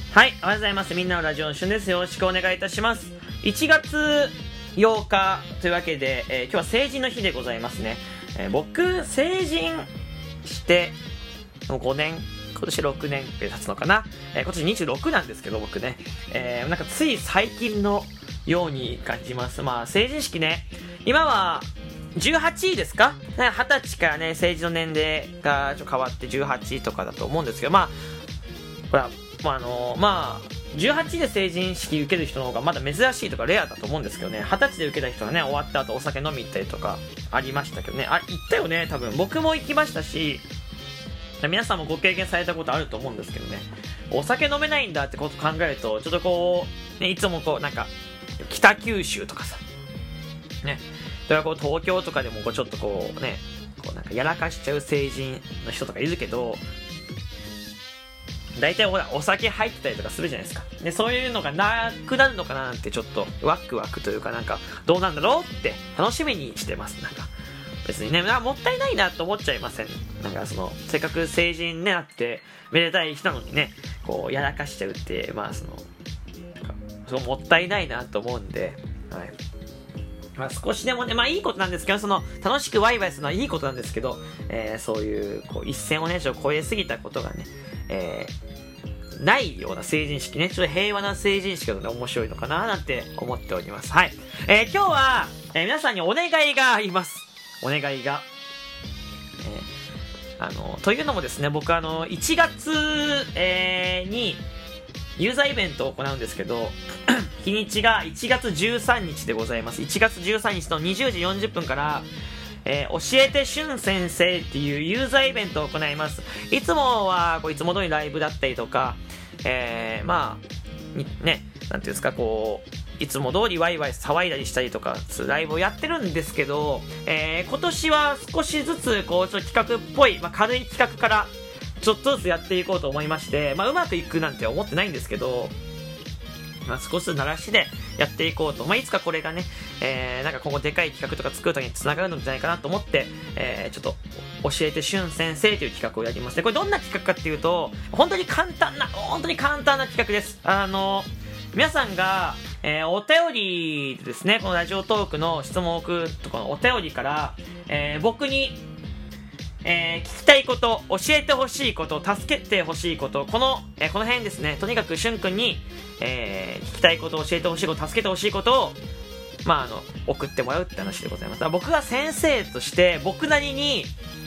はい、おはようございます。みんなのラジオのしゅんです。よろしくお願いいたします。1月8日というわけで、今日は成人の日でございますね。僕、成人してもう5年、今年6年経つのかな。今年26なんですけど、僕ね。なんかつい最近のように感じます。まあ、成人式ね、今は18ですかね、20歳からね、成人の年齢がちょっと変わって18とかだと思うんですけど、まあ、ほら、18で成人式受ける人の方がまだ珍しいとかレアだと思うんですけどね、20歳で受けた人がね、終わった後お酒飲み行ったりとかありましたけどね、行ったよね、多分。僕も行きましたし、皆さんもご経験されたことあると思うんですけどね、お酒飲めないんだってこと考えると、ちょっとこう、ね、いつもこう、なんか、北九州とかさ、ね、だからこう東京とかでもこうちょっとこうね、こうなんかやらかしちゃう成人の人とかいるけど、大体ほらお酒入ってたりとかするじゃないですか。で、そういうのがなくなるのかななんてちょっとワクワクというか、なんかどうなんだろうって楽しみにしてます。なんか別にね、もったいないなと思っちゃいません。なんかそのせっかく成人になってめでたい人なのにね、こうやらかしちゃうって、まあそうもったいないなと思うんで、はい。まあ少しでもね、まあいいことなんですけど、その楽しくワイワイするのはいいことなんですけど、そういうこう一線をねちょっと越えすぎたことがね、ないような成人式ね、ちょっと平和な成人式が、ね、面白いのかななんて思っております。はい。今日は、皆さんにお願いがあります。お願いが。というのもですね、僕1月、にユーザーイベントを行うんですけど、日にちが1月13日でございます。1月13日の20時40分から、教えてしゅん先生っていうユーザーイベントを行います。いつもはこういつも通りライブだったりとか、まあね、なんていうんですか、こういつも通りワイワイ騒いだりしたりとかライブをやってるんですけど、今年は少しずつこうちょっと企画っぽい、軽い企画からちょっとずつやっていこうと思いまして、うまくいくなんて思ってないんですけど、少しずつ鳴らしでやっていこうと、いつかこれがね、なんか今後でかい企画とか作るときにつながるのじゃないかなと思って、ちょっと教えてしゅん先生という企画をやりますね。これどんな企画かっていうと、本当に簡単な企画です。皆さんが、お便りですね、このラジオトークの質問を送るとこのお便りから、僕に聞きたいこと、教えてほしいこと、助けてほしいこと、この辺ですね。とにかくしゅんくんに、聞きたいこと、教えてほしいこと、助けてほしいことを、送ってもらうって話でございます。僕が先生として、僕なりに、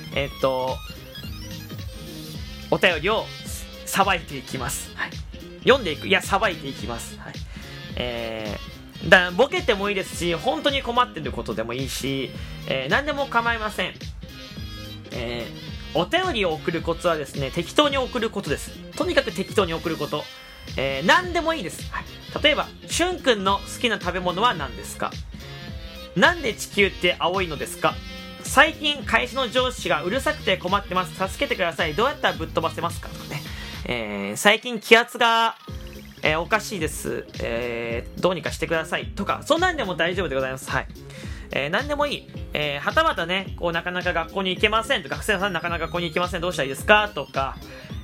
お便りをさばいていきます。はい。読んでいく。いや、さばいていきます。はい。ボケてもいいですし、本当に困ってることでもいいし、何でも構いません。お便りを送るコツはですね、適当に送ることです。とにかく適当に送ること。何でもいいです。はい、例えば、しゅんくんの好きな食べ物は何ですか？なんで地球って青いのですか？最近会社の上司がうるさくて困ってます。助けてください。どうやったらぶっ飛ばせますか？とかね。最近気圧が、おかしいです。どうにかしてください。とか、そんなんでも大丈夫でございます。はい。何でもいい。はたまたね、こうなかなか学校に行けませんとか、学生さんなかなか学校に行けません、どうしたらいいですかとか、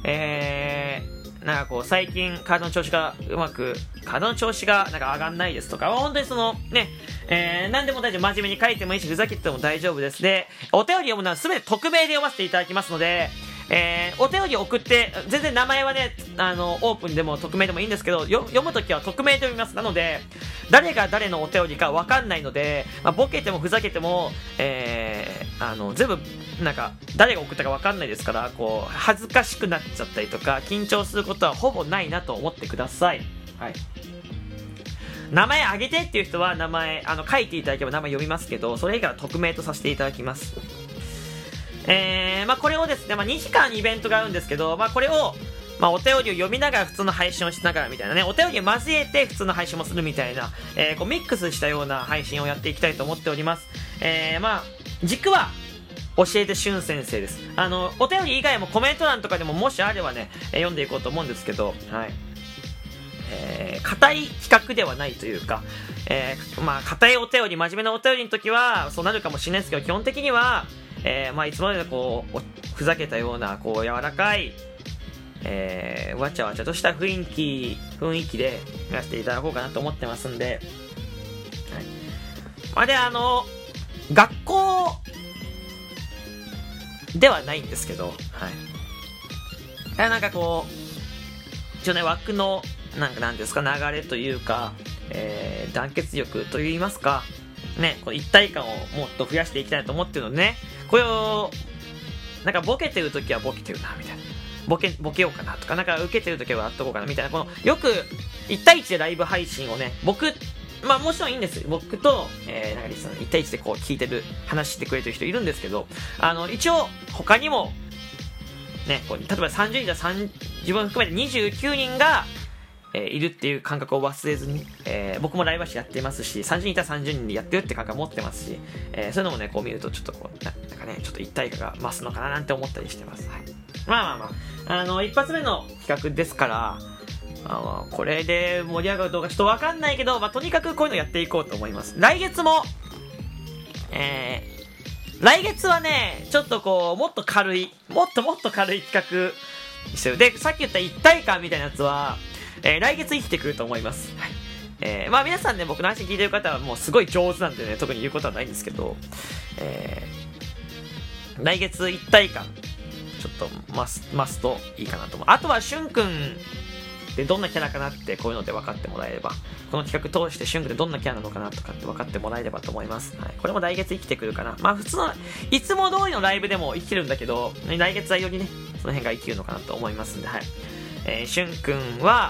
なんかこう最近体の調子がなんか上がんないですとか、本当にそのね、何でも大丈夫。真面目に書いてもいいし、ふざけても大丈夫です。で、お便り読むのは全て匿名で読ませていただきますので、お便り送って、全然名前はね、オープンでも匿名でもいいんですけど、読むときは匿名で読みます。なので、誰が誰のお便りかわかんないので、ボケてもふざけても、全部、なんか、誰が送ったかわかんないですから、こう、恥ずかしくなっちゃったりとか、緊張することはほぼないなと思ってください。はい。名前あげてっていう人は、名前、書いていただければ名前読みますけど、それ以外は匿名とさせていただきます。これをですね、2時間イベントがあるんですけど、これを、お便りを読みながら普通の配信をしながらみたいなね、お便りを交えて普通の配信もするみたいな、こうミックスしたような配信をやっていきたいと思っております。軸は、教えてしゅん先生です。お便り以外もコメント欄とかでももしあればね、読んでいこうと思うんですけど、はい。硬い企画ではないというか、硬いお便り、真面目なお便りの時はそうなるかもしれないですけど、基本的には、いつまでこうふざけたようなこう柔らかいわちゃわちゃとした雰囲気でやらせていただこうかなと思ってますんで、はい。で、学校ではないんですけど、はい。なんかこう、一応ね、枠の、なんですか、流れというか、団結力といいますか、ね、この一体感をもっと増やしていきたいと思ってるのでね、これを、なんかボケてるときはボケてるな、みたいな。ボケようかなとか、なんか受けてるときはやっとこうかな、みたいな、この、よく、1対1でライブ配信をね、まあもちろんいいんですよ。僕と、なんかリスナー1対1でこう聞いてる、話してくれてる人いるんですけど、一応、他にも、ね、こう例えば30人じゃ自分含めて29人が、いるっていう感覚を忘れずに、僕もライブ配信やってますし、30人いたら30人でやってるって感覚を持ってますし、そういうのもね、こう見るとちょっとこう、なんかね、ちょっと一体感が増すのかななんて思ったりしてます。はい。まあ、一発目の企画ですから、これで盛り上がるかどうかちょっとわかんないけど、とにかくこういうのやっていこうと思います。来月も、来月はね、ちょっとこう、もっと軽い企画してる。で、さっき言った一体感みたいなやつは、来月生きてくると思います。はい。皆さんね、僕の話聞いてる方はもうすごい上手なんでね、特に言うことはないんですけど、来月一体感、ちょっと増すといいかなと思う。あとは、しゅんくんでどんなキャラかなってこういうので分かってもらえれば、この企画通してしゅんくんでどんなキャラなのかなとかって分かってもらえればと思います。はい。これも来月生きてくるかな。普通の、いつも通りのライブでも生きてるんだけど、来月はよりね、その辺が生きるのかなと思いますんで、はい。しゅんくんは、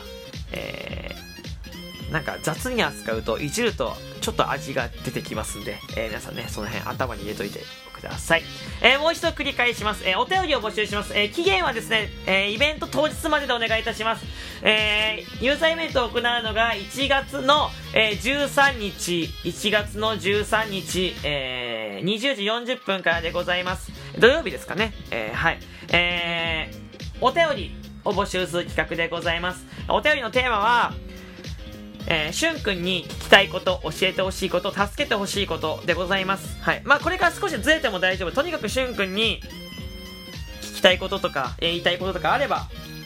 なんか雑に扱うといじるとちょっと味が出てきますんで、皆さんねその辺頭に入れといてください。もう一度繰り返します。お便りを募集します。期限はですね、イベント当日まででお願いいたします。ユーザーイベントを行うのが1月の、13日20時40分からでございます。土曜日ですかね。はい。お便りを募集する企画でございます。お便りのテーマは、しゅんくんに聞きたいこと、教えてほしいこと、助けてほしいことでございます。はい。これから少しずれても大丈夫。とにかくしゅんくんに聞きたいこととか、言いたいこととかあれば、よ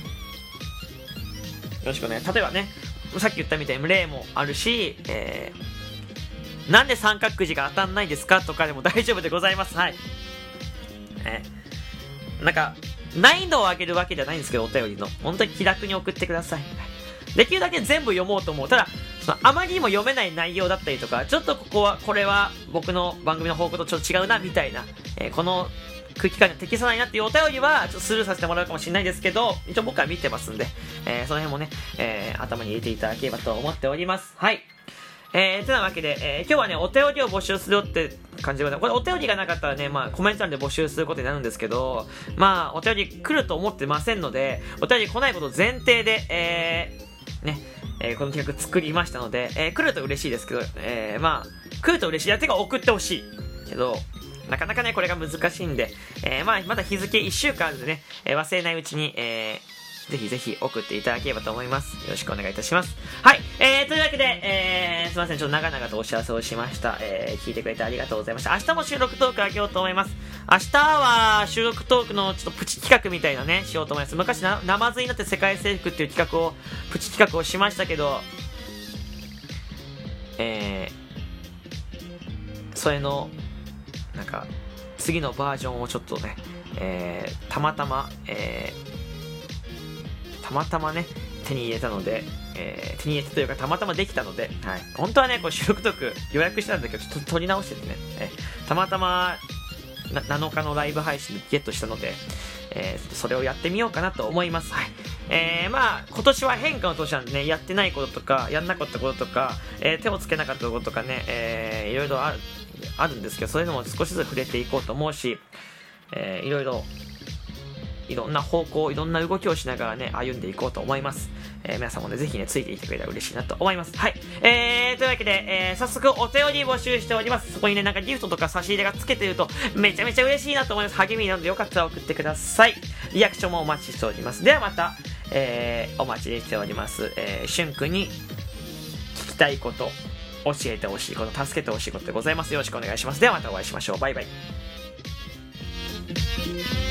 ろしくお願い。例えばね、さっき言ったみたいに例もあるし、なんで三角くじが当たんないですかとかでも大丈夫でございます。はい。なんか、難易度を上げるわけじゃないんですけど、お便りの。本当に気楽に送ってください。できるだけ全部読もうと思う。ただ、あまりにも読めない内容だったりとか、ちょっとこれは僕の番組の方向とちょっと違うな、みたいな、この空気感に適さないなっていうお便りは、ちょっとスルーさせてもらうかもしれないですけど、一応僕は見てますんで、その辺もね、頭に入れていただければと思っております。はい。てなわけで、今日はね、お便りを募集するよって感じで、これお便りがなかったらね、コメント欄で募集することになるんですけど、お便り来ると思ってませんので、お便り来ないこと前提で、この企画作りましたので、来ると嬉しいですけど、来ると嬉しい。てか送ってほしい。けど、なかなかね、これが難しいんで、まだ日付1週間あるんでね、忘れないうちに、ぜひぜひ送っていただければと思います。よろしくお願いいたします。はい。というわけで、すいません。ちょっと長々とお知らせをしました。聞いてくれてありがとうございました。明日も収録トークあげようと思います。明日は収録トークのちょっとプチ企画みたいなね、しようと思います。昔ナマズになって世界征服っていうプチ企画をしましたけど、それの、なんか、次のバージョンをちょっとね、たまたまね、手に入れたので、手に入れたというかたまたまできたので、はい、本当はね、こう収録トーク予約してたんだけど、ちょっと撮り直しててね、たまたま7日のライブ配信でゲットしたので、それをやってみようかなと思います。はい。今年は変化の年なんでね、やってないこととか、やんなかったこととか、手をつけなかったこととかね、いろいろあるんですけど、そういうのも少しずつ触れていこうと思うし、いろんな方向、いろんな動きをしながらね、歩んでいこうと思います。皆さんもね、ぜひね、ついていてくれたら嬉しいなと思います。はい。というわけで、早速お便り募集しております。そこにね、なんかギフトとか差し入れがつけてると、めちゃめちゃ嬉しいなと思います。励みなのでよかったら送ってください。リアクションもお待ちしております。ではまた、お待ちしております。しゅんくんに聞きたいこと、教えてほしいこと、助けてほしいことでございます。よろしくお願いします。ではまたお会いしましょう。バイバイ。